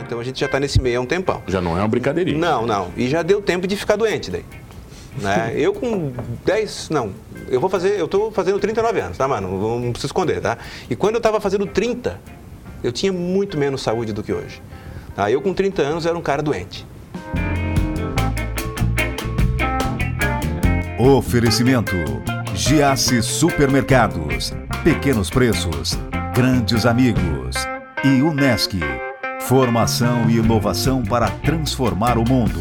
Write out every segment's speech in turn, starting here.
Então a gente já está nesse meio há um tempão. Já não é uma brincadeirinha. Não. E já deu tempo de ficar doente daí. Né? Eu com 10, não, eu tô fazendo 39 anos, tá, mano? Não preciso esconder, tá? E quando eu tava fazendo 30, eu tinha muito menos saúde do que hoje. Tá? Eu com 30 anos era um cara doente. Oferecimento: Giasse Supermercados, pequenos preços, grandes amigos. E Unesc, formação e inovação para transformar o mundo.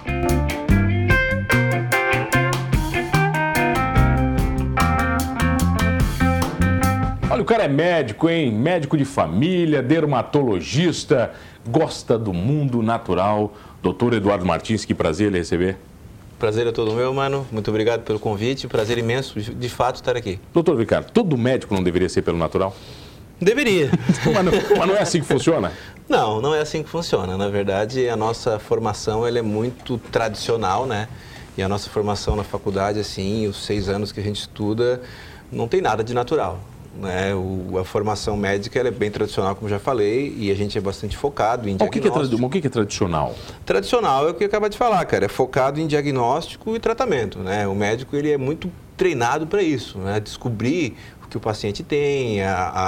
Olha, o cara é médico, hein? Médico de família, dermatologista, gosta do mundo natural. Doutor Eduardo Martins, que prazer ele receber. Prazer é todo meu, mano. Muito obrigado pelo convite. Prazer imenso, de fato, estar aqui. Doutor Ricardo, todo médico não deveria ser pelo natural? Deveria. mas não é assim que funciona? Não é assim que funciona. Na verdade, a nossa formação ela é muito tradicional, né? E a nossa formação na faculdade, assim, os 6 anos que a gente estuda, não tem nada de natural. Né? A formação médica ela é bem tradicional, como já falei, e a gente é bastante focado em diagnóstico. O que é tradicional? Tradicional é o que eu acabei de falar, cara. É focado em diagnóstico e tratamento. Né? O médico ele é muito treinado para isso, né? Descobrir o que o paciente tem,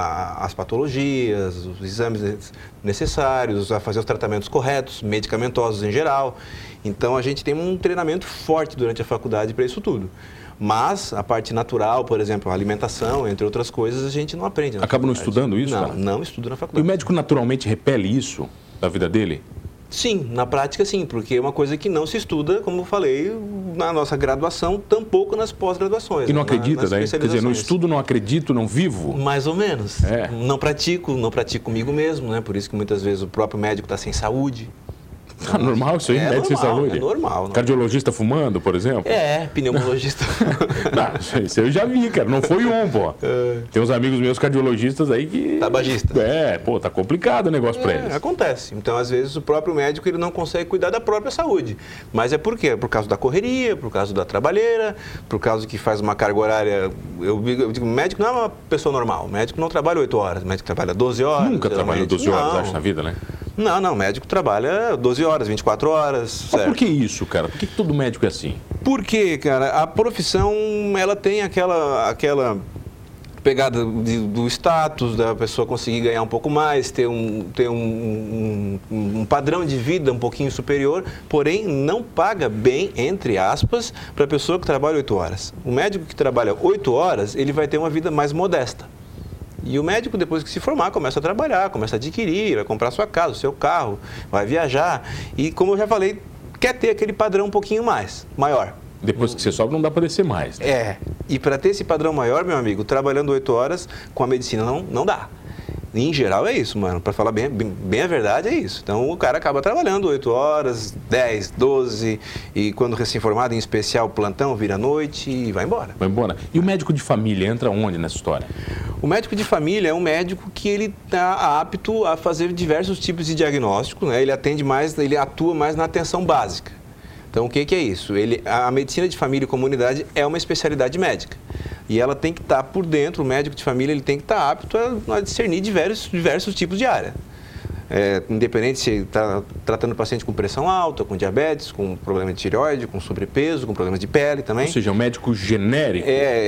as patologias, os exames necessários, a fazer os tratamentos corretos, medicamentosos em geral. Então, a gente tem um treinamento forte durante a faculdade para isso tudo. Mas a parte natural, por exemplo, a alimentação, entre outras coisas, a gente não aprende na Acaba faculdade. não estudando isso, não, cara? Não estudo na E faculdade. o médico naturalmente repele isso da vida dele? Sim, na prática sim, porque é uma coisa que não se estuda, como eu falei, na nossa graduação, tampouco nas pós-graduações. E não acredita, né? Quer dizer, não estudo, não acredito, não vivo? Mais ou menos. É. Não pratico comigo mesmo, né? Por isso que muitas vezes o próprio médico está sem saúde. Normal isso aí, médico sem saúde? É normal. Cardiologista fumando, por exemplo? Pneumologista. Não, isso eu já vi, cara. Não foi um, pô. Tem uns amigos meus cardiologistas aí que... Tabagista. Tá complicado o negócio pra eles. Acontece. Então, às vezes, o próprio médico ele não consegue cuidar da própria saúde. Mas é por quê? Por causa da correria, por causa da trabalheira, por causa que faz uma carga horária... Eu digo, médico não é uma pessoa normal. O médico não trabalha 8 horas. O médico trabalha 12 horas. Nunca trabalhou 12 horas, acho, na vida, né? Não, o médico trabalha 12 horas, 24 horas. Mas por que isso, cara? Por que todo médico é assim? Porque, cara, a profissão, ela tem aquela pegada do status, da pessoa conseguir ganhar um pouco mais, ter um padrão de vida um pouquinho superior, porém não paga bem, entre aspas, para a pessoa que trabalha 8 horas. O médico que trabalha 8 horas, ele vai ter uma vida mais modesta. E o médico, depois que se formar, começa a trabalhar, começa a adquirir, vai comprar sua casa, o seu carro, vai viajar. E, como eu já falei, quer ter aquele padrão um pouquinho maior. Depois que você sobe, não dá para descer mais. Né? E para ter esse padrão maior, meu amigo, trabalhando 8 horas com a medicina não dá. E, em geral é isso, mano. Para falar bem a verdade, é isso. Então, o cara acaba trabalhando 8 horas, 10, 12, e quando recém-formado, em especial, plantão, vira noite e vai embora. Vai embora. E o médico de família entra onde nessa história? O médico de família é um médico que ele está apto a fazer diversos tipos de diagnóstico, né? Ele atua mais na atenção básica. Então, o que é isso? A medicina de família e comunidade é uma especialidade médica. E ela tem que estar por dentro, o médico de família ele tem que estar apto a discernir diversos tipos de área. Independente se está tratando o paciente com pressão alta, com diabetes, com problema de tireoide, com sobrepeso, com problemas de pele também. Ou seja, é um médico genérico.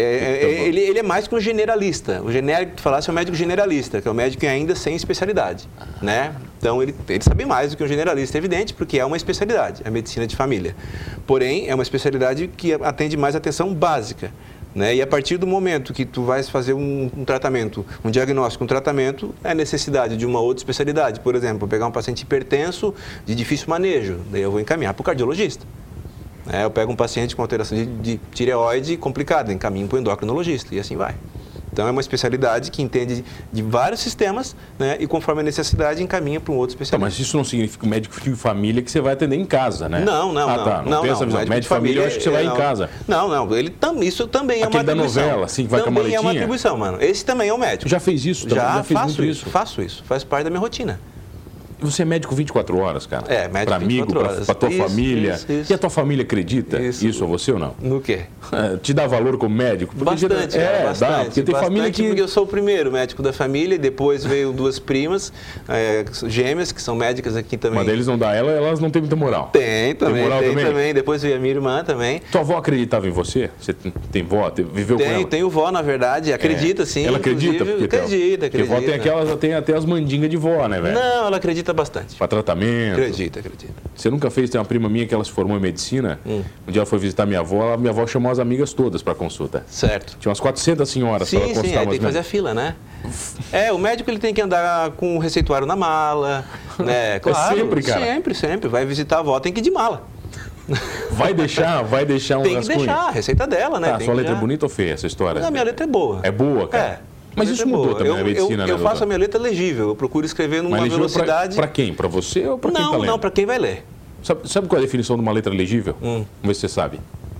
Ele é mais que um generalista. O genérico que tu falasse é um médico generalista, que é um médico ainda sem especialidade. Né? Então, ele sabe mais do que um generalista, é evidente, porque é uma especialidade, a medicina de família. Porém, é uma especialidade que atende mais atenção básica. Né? E a partir do momento que tu vais fazer um tratamento, um diagnóstico, um tratamento, é necessidade de uma outra especialidade. Por exemplo, pegar um paciente hipertenso de difícil manejo, daí eu vou encaminhar para o cardiologista. Eu pego um paciente com alteração de tireoide complicada, encaminho para o endocrinologista e assim vai. Então, é uma especialidade que entende de vários sistemas, né? E conforme a necessidade, encaminha para um outro especialista. Mas isso não significa médico de família que você vai atender em casa, né? Não. Não tem essa visão. Médico de família, eu acho que você vai em casa. Não. Isso também é uma atribuição. Aquele da novela, assim, que vai com a maletinha? Também é uma atribuição, mano. Esse também é o médico. Já fez isso? Já fez muito isso. Faço isso. Faz parte da minha rotina. Você é médico 24 horas, cara? É, médico pra 24 amigo, horas. pra tua Isso, família. isso. E a tua família acredita isso a você ou não? No quê? Te dá valor como médico? Porque Bastante, dá, porque tem família que... Porque eu sou o primeiro médico da família, e depois veio 2 primas, gêmeas, que são médicas aqui também. Mas eles não dão elas não têm muita moral. Tem também, moral também. Depois veio a minha irmã também. Tua avó acreditava em você? Você tem vó? Viveu com ela? Tenho vó, na verdade, acredita sim. Ela acredita? Acredita. Porque vó tem até as mandingas de vó, né, velho? Não, ela acredita bastante. Pra tratamento. Acredita. Você nunca fez? Tem uma prima minha que ela se formou em medicina. Um dia ela foi visitar minha avó chamou as amigas todas pra consulta. Certo. Tinha umas 400 senhoras para consultar. Sim, tem que fazer a fila, né? O médico ele tem que andar com o receituário na mala, né? Claro, sempre, cara. Sempre. Vai visitar a avó, tem que ir de mala. Vai deixar um Tem que deixar, a receita dela, né? Tá, sua letra é bonita ou feia, essa história? A minha letra é boa. É boa, cara? Mas isso mudou também na medicina, né, eu faço a minha letra legível, eu procuro escrever numa velocidade... Para quem? Para você ou para quem está lendo? Não, para quem vai ler. Sabe qual é a definição de uma letra legível? Vamos ver se você sabe.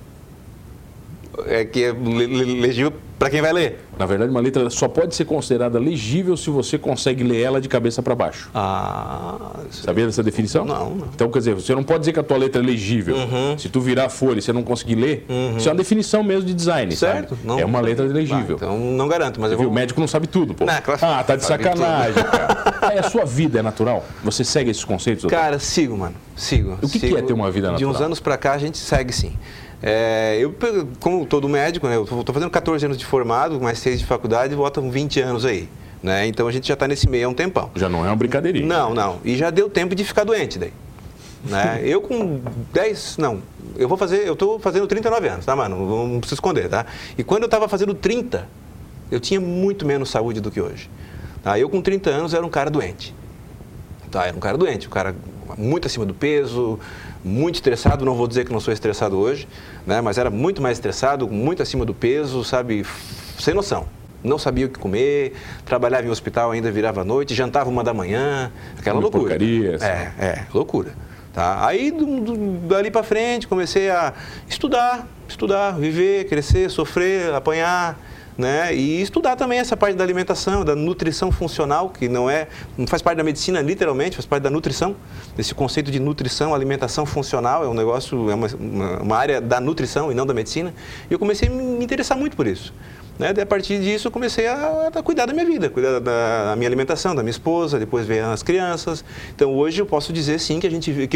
É que é legível para quem vai ler. Na verdade, uma letra só pode ser considerada legível se você consegue ler ela de cabeça para baixo. Sabia dessa definição? Não. Então, quer dizer, você não pode dizer que a tua letra é legível. Se tu virar a folha e você não conseguir ler, isso é uma definição mesmo de design, certo? Sabe? É uma letra legível. Então, não garanto, mas O médico não sabe tudo, pô. Tá de sacanagem, cara. A sua vida é natural? Você segue esses conceitos? Doutor? Cara, sigo, mano. Sigo. O que é ter uma vida natural? De uns anos para cá, a gente segue sim. Eu, como todo médico, né, eu estou fazendo 14 anos de formado, mais 6 de faculdade, e voltam 20 anos aí. Né? Então a gente já está nesse meio há um tempão. Já não é uma brincadeirinha. Não. E já deu tempo de ficar doente daí. Né? Eu com 10, eu estou fazendo 39 anos, tá, mano? Não preciso esconder, tá? E quando eu estava fazendo 30, eu tinha muito menos saúde do que hoje. Tá? Eu com 30 anos era um cara doente. Tá? Era um cara muito acima do peso, muito estressado, não vou dizer que não sou estressado hoje, né? Mas era muito mais estressado, muito acima do peso, sabe? Sem noção. Não sabia o que comer, trabalhava em hospital, ainda virava à noite, jantava 1 da manhã, aquela loucura. Porcaria, loucura. Tá? Aí, dali para frente, comecei a estudar, viver, crescer, sofrer, apanhar, né? E estudar também essa parte da alimentação, da nutrição funcional, que não faz parte da medicina literalmente, faz parte da nutrição. Esse conceito de nutrição, alimentação funcional é um negócio, é uma área da nutrição e não da medicina. E eu comecei a me interessar muito por isso. Né? A partir disso eu comecei a cuidar da minha vida, cuidar da minha alimentação, da minha esposa, depois veio as crianças. Então hoje eu posso dizer sim que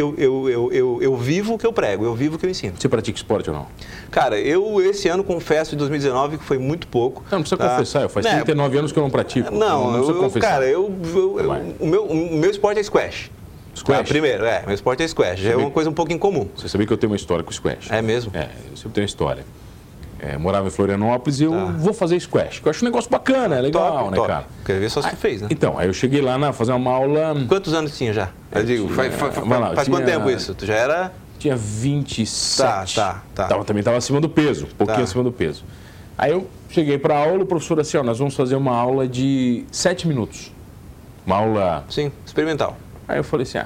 eu vivo o que eu prego, eu vivo o que eu ensino. Você pratica esporte ou não? Cara, eu esse ano confesso, em 2019, que foi muito pouco. Não precisa confessar, faz 39 anos que eu não pratico. Não precisa confessar. Cara, o meu esporte é squash. Squash? Primeiro, meu esporte é squash. Já é uma coisa um pouco incomum. Você sabia que eu tenho uma história com squash? É mesmo? Eu sempre tenho uma história. Morava em Florianópolis e eu vou fazer squash, que eu acho um negócio bacana, é legal, né, cara? Quer ver só se tu fez, né? Então, aí eu cheguei lá fazer uma aula... Quantos anos tinha já? Eu digo, faz quanto tempo isso? Tu já era... Tinha 27. Tá. Também estava acima do peso, um pouquinho acima do peso. Aí eu cheguei para a aula, o professor assim, nós vamos fazer uma aula de 7 minutos. Uma aula... Sim, experimental. Aí eu falei assim,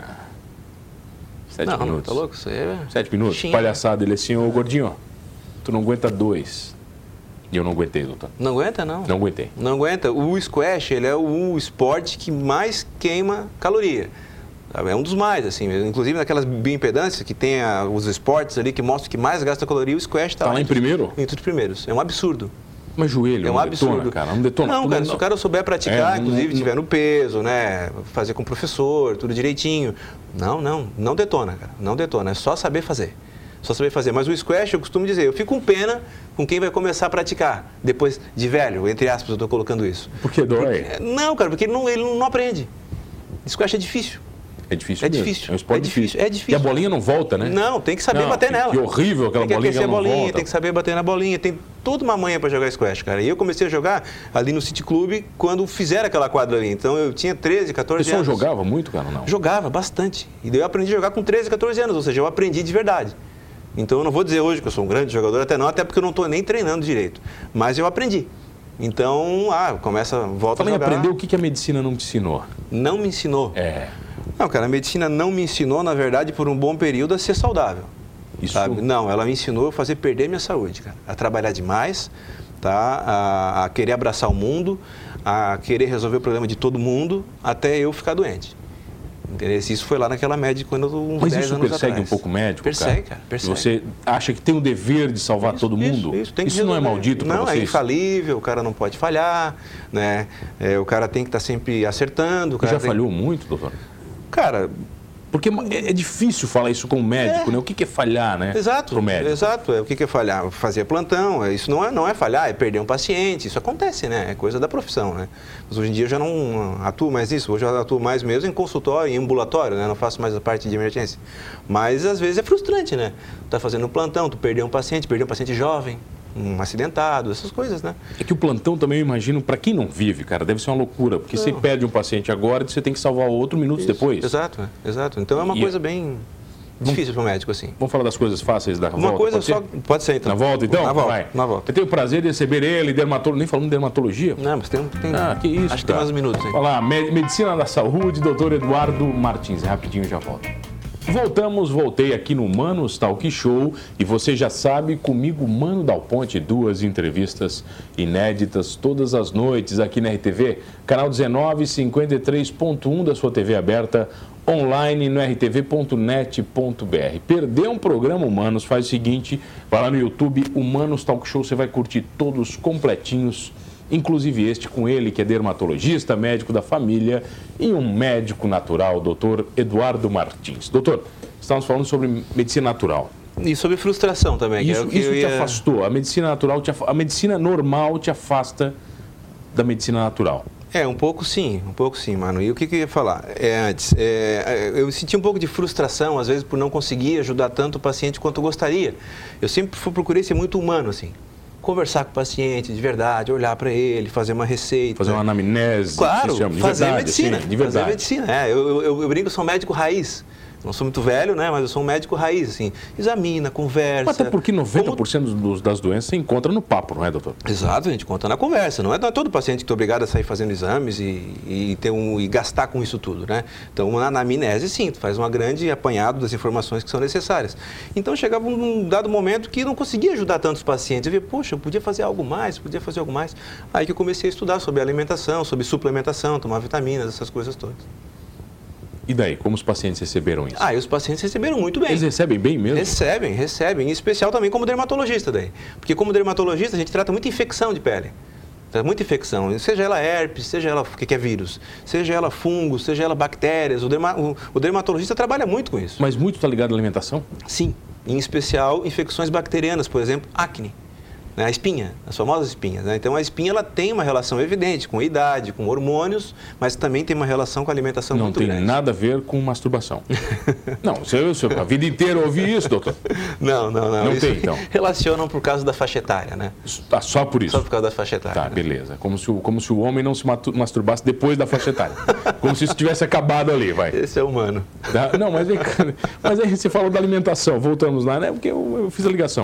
7 minutos. Tá louco? Isso aí é... 7 minutos, Xinha. palhaçada. Ele assim, ô gordinho, tu não aguenta 2. E eu não aguentei, doutor. Não aguenta, não? Não aguentei. Não aguenta. O squash, ele é o esporte que mais queima caloria. É um dos mais, assim. Inclusive, naquelas bioimpedâncias que tem os esportes ali que mostram que mais gasta caloria, o squash está lá em primeiro? Entre os primeiros. É um absurdo. Mas joelho é um absurdo. Detona, cara. Não detona. Não, cara, se o cara souber praticar, inclusive tiver no peso, né? Fazer com o professor, tudo direitinho. Não detona, cara. Não detona. É só saber fazer. Mas o squash, eu costumo dizer, eu fico com pena com quem vai começar a praticar depois de velho, entre aspas, eu estou colocando isso. Porque dói? Não, cara, porque ele não aprende. Squash é difícil. É difícil. É um esporte difícil. É difícil. E a bolinha não volta, né? Não, tem que saber bater nela. Que horrível aquela bolinha que ela não volta. Tem que saber bater na bolinha. Tem toda uma manha para jogar squash, cara. E eu comecei a jogar ali no City Club quando fizeram aquela quadra ali. Então eu tinha 13, 14 anos. O pessoal jogava muito, cara, não? Jogava bastante. E daí eu aprendi a jogar com 13, 14 anos. Ou seja, eu aprendi de verdade. Então eu não vou dizer hoje que eu sou um grande jogador, até porque eu não estou nem treinando direito. Mas eu aprendi. Então, volta a jogar. Aprender o que a medicina não te ensinou? Não me ensinou? Não, cara, a medicina não me ensinou, na verdade, por um bom período, a ser saudável. Isso? Sabe? Não, ela me ensinou a fazer perder minha saúde, cara. A trabalhar demais, tá? A querer abraçar o mundo, a querer resolver o problema de todo mundo, até eu ficar doente. Entendeu? Isso foi lá naquela médica quando uns Mas 10 isso anos persegue atrás. um pouco o médico, Persegue, cara. Persegue. Você acha que tem o dever de salvar todo mundo? Isso não é maldito para vocês? Não, é infalível, o cara não pode falhar, né? O cara tem que estar sempre acertando. Falhou muito, doutor? Cara... Porque é difícil falar isso com o médico, né? O que é falhar, né? Exato, pro médico. Exato. O que é falhar? Fazer plantão. Isso não é falhar, é perder um paciente. Isso acontece, né? É coisa da profissão, né? Mas hoje em dia eu já não atuo mais nisso. Hoje eu atuo mais mesmo em consultório, em ambulatório, né? Não faço mais a parte de emergência. Mas às vezes é frustrante, né? Tu tá fazendo um plantão, tu perdeu um paciente jovem, um acidentado, essas coisas, né? É que o plantão também, eu imagino, para quem não vive, cara, deve ser uma loucura, porque você perde um paciente agora e você tem que salvar outro minutos depois. Exato. Então é uma coisa bem difícil para o médico, assim. Vamos falar das coisas fáceis da volta? Uma coisa só... Pode ser, então. Na volta, então? Na volta. Vai. Na volta. Eu tenho o prazer de receber ele, dermatologia. Nem falando de dermatologia. Não, mas tem... que isso, acho que tem mais uns minutos, hein? Olha lá, Medicina da Saúde, doutor Eduardo Martins. Rapidinho já volto. Voltei aqui no Manos Talk Show e você já sabe, comigo, Mano Dal Ponte, 2 entrevistas inéditas todas as noites aqui na RTV, canal 1953.1 da sua TV aberta, online no rtv.net.br. Perdeu um programa Humanos, faz o seguinte, vai lá no YouTube, Humanos Talk Show, você vai curtir todos completinhos, inclusive este com ele, que é dermatologista, médico da família e um médico natural, doutor Eduardo Martins. Doutor, estamos falando sobre medicina natural. E sobre frustração também. Isso te afastou. A medicina natural, a medicina normal te afasta da medicina natural. Um pouco sim, mano. E o que eu ia falar? Eu senti um pouco de frustração, às vezes, por não conseguir ajudar tanto o paciente quanto eu gostaria. Eu sempre procurei ser muito humano, assim. Conversar com o paciente de verdade, olhar para ele, fazer uma receita. Fazer uma anamnese. Claro, fazer medicina. Sim, de verdade. Fazer medicina. Eu brinco, eu sou médico raiz. Não sou muito velho, né? Mas eu sou um médico raiz, assim. Examina, conversa. Mas até porque 90% das doenças você encontra no papo, não é, doutor? Exato, a gente conta na conversa. Não é todo paciente que é obrigado a sair fazendo exames e gastar com isso tudo, né? Então, na anamnese, sim, tu faz uma grande apanhado das informações que são necessárias. Então, chegava um dado momento que não conseguia ajudar tantos pacientes. Eu via, poxa, eu podia fazer algo mais, Aí que eu comecei a estudar sobre alimentação, sobre suplementação, tomar vitaminas, essas coisas todas. E daí, como os pacientes receberam isso? E os pacientes receberam muito bem. Eles recebem bem mesmo? Recebem, em especial também como dermatologista daí. Porque como dermatologista a gente trata muita infecção de pele. Trata muita infecção, seja ela herpes, seja ela, o que é vírus, seja ela fungo, seja ela bactérias. O dermatologista trabalha muito com isso. Mas muito está ligado à alimentação? Sim, em especial infecções bacterianas, por exemplo, acne. A espinha, as famosas espinhas. Né? Então, a espinha ela tem uma relação evidente com a idade, com hormônios, mas também tem uma relação com a alimentação muito grande. Não tem nada a ver com masturbação. Não, a vida inteira eu ouvi isso, doutor. Não. Não tem, então. Relacionam por causa da faixa etária, né? Só por isso? Só por causa da faixa etária. Tá, né? Beleza. Como se o homem não se masturbasse depois da faixa etária. Como se isso tivesse acabado ali, vai. Esse é humano. Não, mas aí você falou da alimentação, voltamos lá, né? Porque eu fiz a ligação.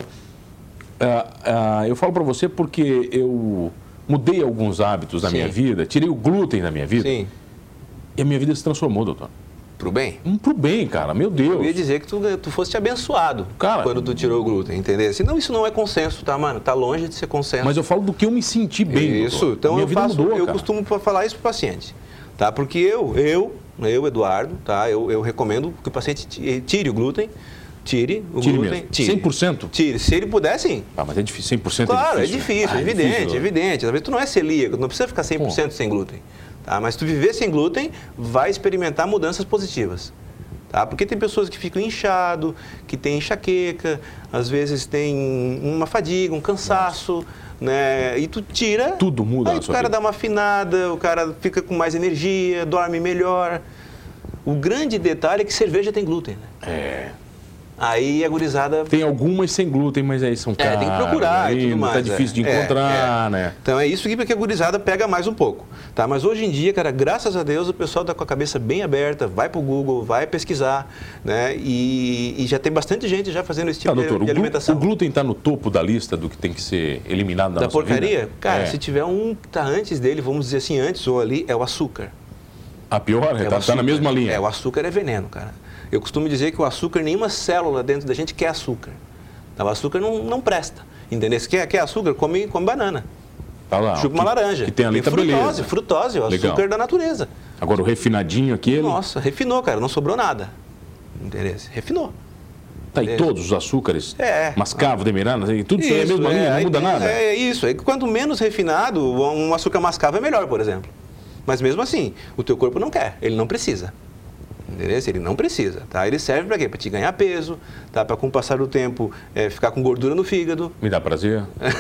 Eu falo para você porque eu mudei alguns hábitos da minha vida, tirei o glúten da minha vida. Sim. E a minha vida se transformou, doutor. Pro bem? Pro bem, cara, meu Deus. Eu ia dizer que tu foste abençoado, cara, quando tu tirou o glúten, entendeu? Senão isso não é consenso, tá, mano? Tá longe de ser consenso. Mas eu falo do que eu me senti bem, Isso, doutor. Então minha eu costumo falar isso pro paciente, tá? Porque eu, Eduardo, tá? Eu recomendo que o paciente tire o glúten. Tire o glúten. Mesmo. Tire. 100%? Tire. Se ele puder, sim. Mas é difícil. 100% claro, é difícil. É evidente. Às vezes tu não é celíaco, não precisa ficar 100% sem glúten. Tá? Mas se tu viver sem glúten, vai experimentar mudanças positivas. Tá? Porque tem pessoas que ficam inchado, que tem enxaqueca, às vezes tem uma fadiga, um cansaço, né? E tu tira... Tudo muda aí na sua vida. O cara dá uma afinada, o cara fica com mais energia, dorme melhor. O grande detalhe é que cerveja tem glúten, né? Aí a gurizada... Tem algumas sem glúten, mas aí são caras. Tem que procurar e tudo mais. Tá difícil de encontrar, né? Então é isso que a gurizada pega mais um pouco. Tá? Mas hoje em dia, cara, graças a Deus, o pessoal tá com a cabeça bem aberta, vai pro Google, vai pesquisar, né? E já tem bastante gente já fazendo esse tipo de alimentação. O glúten tá no topo da lista do que tem que ser eliminado da nossa porcaria? vida? Cara, se tiver um que tá antes dele, vamos dizer assim, antes ou ali, é o açúcar. A pior? Tá na mesma linha. O açúcar é veneno, cara. Eu costumo dizer que o açúcar, nenhuma célula dentro da gente quer açúcar. O açúcar não presta, entendeu? Se quer açúcar, come banana. Tá lá, chupa uma laranja. Que tem ali, tá beleza. Frutose, o açúcar da natureza. Agora o refinadinho aquele... Nossa, refinou, cara, não sobrou nada. Interesse, refinou. Tá, e todos os açúcares, mascavo, demerara, tudo isso aí é a mesma linha, não muda nada? É isso, quanto menos refinado, um açúcar mascavo é melhor, por exemplo. Mas mesmo assim, o teu corpo não quer, ele não precisa. Entendeu? Ele não precisa, tá? Ele serve para quê? Para te ganhar peso, tá? Para com o passar do tempo ficar com gordura no fígado. Me dá prazer?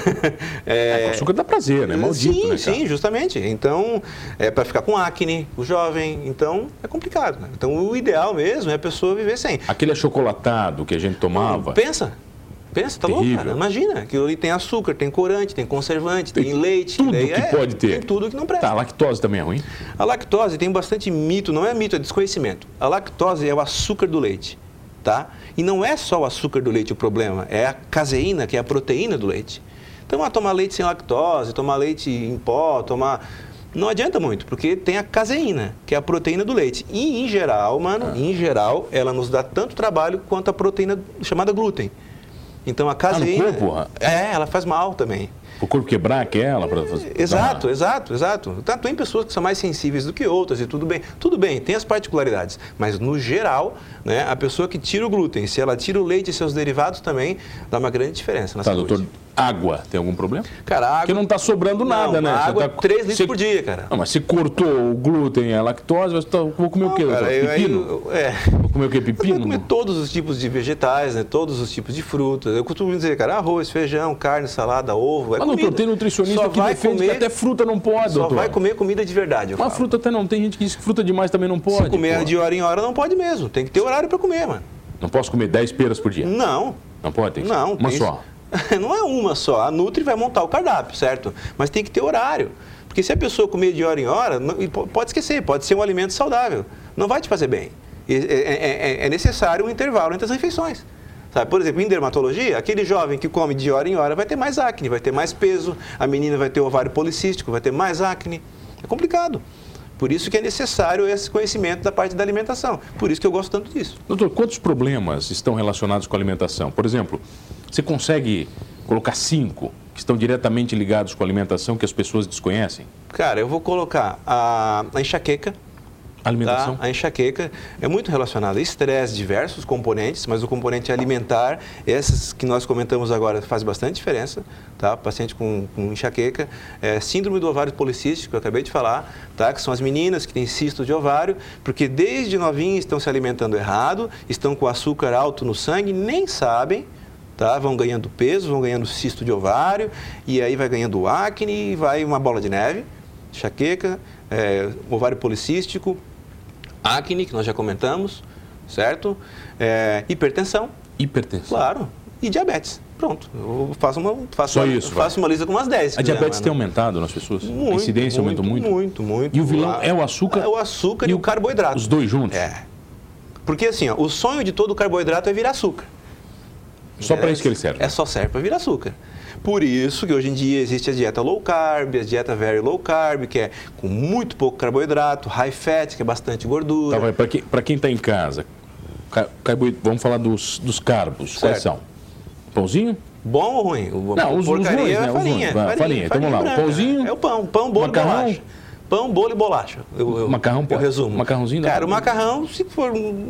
O açúcar dá prazer, né? Maldito, sim, né, cara? Sim, justamente. Então, é para ficar com acne, o jovem. Então, é complicado, né? Então, o ideal mesmo é a pessoa viver sem. Aquele achocolatado que a gente tomava... Pensa, tá louco, cara? Imagina, aquilo ali tem açúcar, tem corante, tem conservante, tem leite. Tudo que pode ter. Tem tudo que não presta. Tá, a lactose também é ruim? A lactose tem bastante mito, não é mito, é desconhecimento. A lactose é o açúcar do leite, tá? E não é só o açúcar do leite o problema, é a caseína, que é a proteína do leite. Então, tomar leite sem lactose, tomar leite em pó, não adianta muito, porque tem a caseína, que é a proteína do leite. E, em geral, ela nos dá tanto trabalho quanto a proteína chamada glúten. Então a caseína... no corpo? Ela faz mal também. O corpo quebrar aquela para fazer... Exato. Tá, tem pessoas que são mais sensíveis do que outras e tudo bem, tem as particularidades. Mas no geral, né, a pessoa que tira o glúten, se ela tira o leite e seus derivados também, dá uma grande diferença na saúde. Doutor, água tem algum problema? Cara, água... Porque não está sobrando nada, né? Água é 3 litros por dia, cara. Não, mas se cortou o glúten e a lactose, vou comer o quê? Cara, pepino? Vou comer o quê? Pepino? Vai comer todos os tipos de vegetais, né? Todos os tipos de frutas. Eu costumo dizer, cara, arroz, feijão, carne, salada, ovo. Mas, doutor, tem nutricionista que defende que até fruta não pode, doutor. Só vai comer comida de verdade, Mas fruta até não. Tem gente que diz que fruta demais também não pode. Se comer de hora em hora, não pode mesmo. Tem que ter horário para comer, mano. Não posso comer 10 peras por dia? Não. Não pode? Tem que não. Uma só? Não é uma só. A Nutri vai montar o cardápio, certo? Mas tem que ter horário. Porque se a pessoa comer de hora em hora, pode esquecer, pode ser um alimento saudável. Não vai te fazer bem. É necessário um intervalo entre as refeições. Sabe? Por exemplo, em dermatologia, aquele jovem que come de hora em hora vai ter mais acne, vai ter mais peso, a menina vai ter ovário policístico, vai ter mais acne. É complicado. Por isso que é necessário esse conhecimento da parte da alimentação. Por isso que eu gosto tanto disso. Doutor, quantos problemas estão relacionados com a alimentação? Por exemplo, você consegue colocar 5 que estão diretamente ligados com a alimentação que as pessoas desconhecem? Cara, eu vou colocar a enxaqueca. Alimentação? Tá? A enxaqueca é muito relacionada a estresse, diversos componentes, mas o componente alimentar, esses que nós comentamos agora, faz bastante diferença, tá? Paciente com enxaqueca, síndrome do ovário policístico, que eu acabei de falar, tá? Que são as meninas que têm cisto de ovário, porque desde novinhas estão se alimentando errado, estão com açúcar alto no sangue, nem sabem, tá? Vão ganhando peso, vão ganhando cisto de ovário, e aí vai ganhando acne, e vai uma bola de neve, enxaqueca, ovário policístico, acne, que nós já comentamos, certo? Hipertensão. Hipertensão. Claro. E diabetes. Pronto. Eu faço uma lista com umas 10. A diabetes tem aumentado nas pessoas? Muito, a incidência aumentou muito? Muito. E o vilão é o açúcar? É o açúcar e o carboidrato. Os dois juntos? Porque assim, o sonho de todo carboidrato é virar açúcar. Só para isso que ele serve? Só serve para virar açúcar. Por isso que hoje em dia existe a dieta low carb, a dieta very low carb, que é com muito pouco carboidrato, high fat, que é bastante gordura. Tá, para quem está em casa, vamos falar dos carbos. Certo. Quais são? Pãozinho? Bom ou ruim? Não, porcaria os dois, né? Farinha. Então vamos lá, o pãozinho... É o pão, bolo e bolacha. Pão, bolo e bolacha. Macarrão, eu resumo. Macarrãozinho? Cara, o macarrão, se for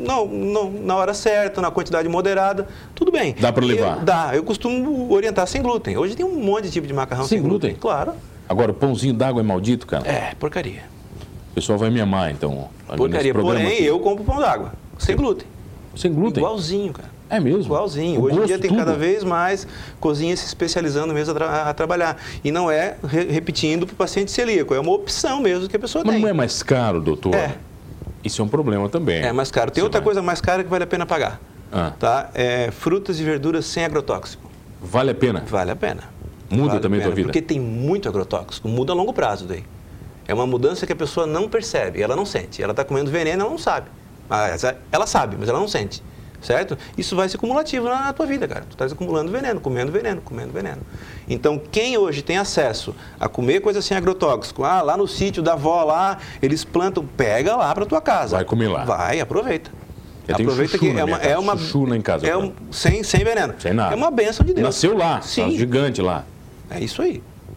na hora certa, na quantidade moderada, tudo bem. Dá para levar? Dá. Eu costumo orientar sem glúten. Hoje tem um monte de tipo de macarrão sem glúten. Claro. Agora, o pãozinho d'água é maldito, cara? Porcaria. O pessoal vai me amar, então. Porcaria. Porém, aqui. Eu compro pão d'água. Sem glúten. Sem glúten? Igualzinho, cara. É mesmo? Igualzinho. Hoje em dia tem cada vez mais cozinhas se especializando mesmo a trabalhar. E não é repetindo para o paciente celíaco, é uma opção mesmo que a pessoa tem. Mas não é mais caro, doutor? Isso é um problema também. É mais caro. Tem outra coisa mais cara que vale a pena pagar. Tá? Frutas e verduras sem agrotóxico. Vale a pena? Vale a pena. Muda também a tua vida? Porque tem muito agrotóxico. Muda a longo prazo daí. É uma mudança que a pessoa não percebe, ela não sente. Ela está comendo veneno, ela não sabe. Ela sabe, mas ela não sente. Certo? Isso vai ser cumulativo na tua vida, cara. Tu estás acumulando veneno, comendo veneno. Então, quem hoje tem acesso a comer coisa sem agrotóxico, lá no sítio da avó, lá, eles plantam, pega lá para tua casa. Vai comer lá. Vai, aproveita. Aproveita que é uma chuchu lá em casa. Sem veneno. Sem nada. É uma bênção de Deus. Nasceu lá, sim. Gigante lá. É isso aí.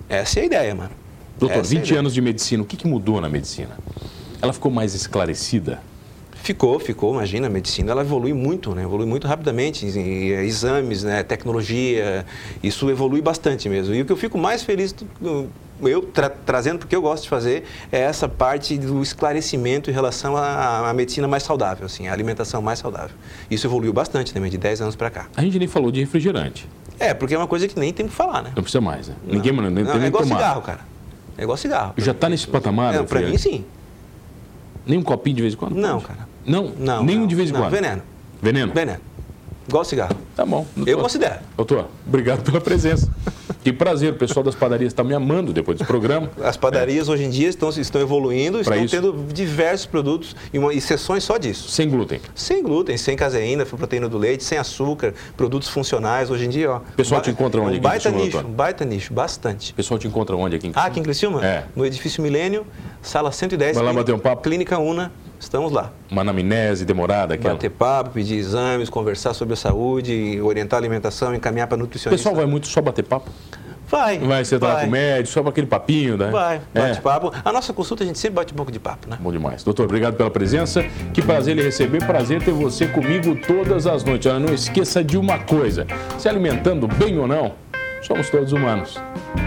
Essa é a ideia, mano. Doutor, 20 anos de medicina, o que mudou na medicina? Ela ficou mais esclarecida? Ficou, imagina, a medicina ela evolui muito, né? Evolui muito rapidamente, exames, né? Tecnologia, isso evolui bastante mesmo. E o que eu fico mais feliz, trazendo, porque eu gosto de fazer, é essa parte do esclarecimento em relação à medicina mais saudável, assim, a alimentação mais saudável. Isso evoluiu bastante também, de 10 anos para cá. A gente nem falou de refrigerante. Porque é uma coisa que nem tem que falar, né? Não precisa mais, né? Não. Ninguém não, nem é igual tomar. Cigarro, cara. É igual cigarro. Já está nesse patamar? Para mim, sim. Nem um copinho de vez em quando? Não, cara. Não? Nenhum de vez em quando? Veneno. Veneno? Veneno. Igual cigarro. Tá bom. Eu considero. Doutor, obrigado pela presença. Que prazer, o pessoal das padarias está me amando depois desse programa. As padarias hoje em dia estão evoluindo, estão isso. tendo diversos produtos e sessões só disso. Sem glúten? Sem glúten, sem caseína, proteína do leite, sem açúcar, produtos funcionais hoje em dia. Ó. O pessoal te encontra onde aqui em Criciúma? Baita nicho, bastante. O pessoal te encontra onde aqui em Criciúma? Aqui em Criciúma? É. No Edifício Milênio, sala 110. Vai lá bater um papo? Clínica Una. Estamos lá. Uma anamnese demorada? Bater papo, pedir exames, conversar sobre a saúde, orientar a alimentação, encaminhar para nutricionista. O pessoal vai muito só bater papo? Vai. Você tá lá com o médico, só para aquele papinho, né? Vai, bate papo. A nossa consulta a gente sempre bate um pouco de papo, né? Bom demais. Doutor, obrigado pela presença. Que prazer lhe receber, prazer ter você comigo todas as noites. Olha, não esqueça de uma coisa, se alimentando bem ou não, somos todos humanos.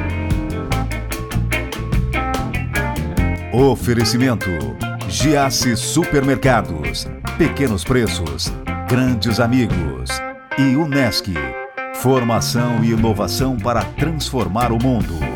Oferecimento: Giasse Supermercados, pequenos preços, grandes amigos. E Unesc, formação e inovação para transformar o mundo.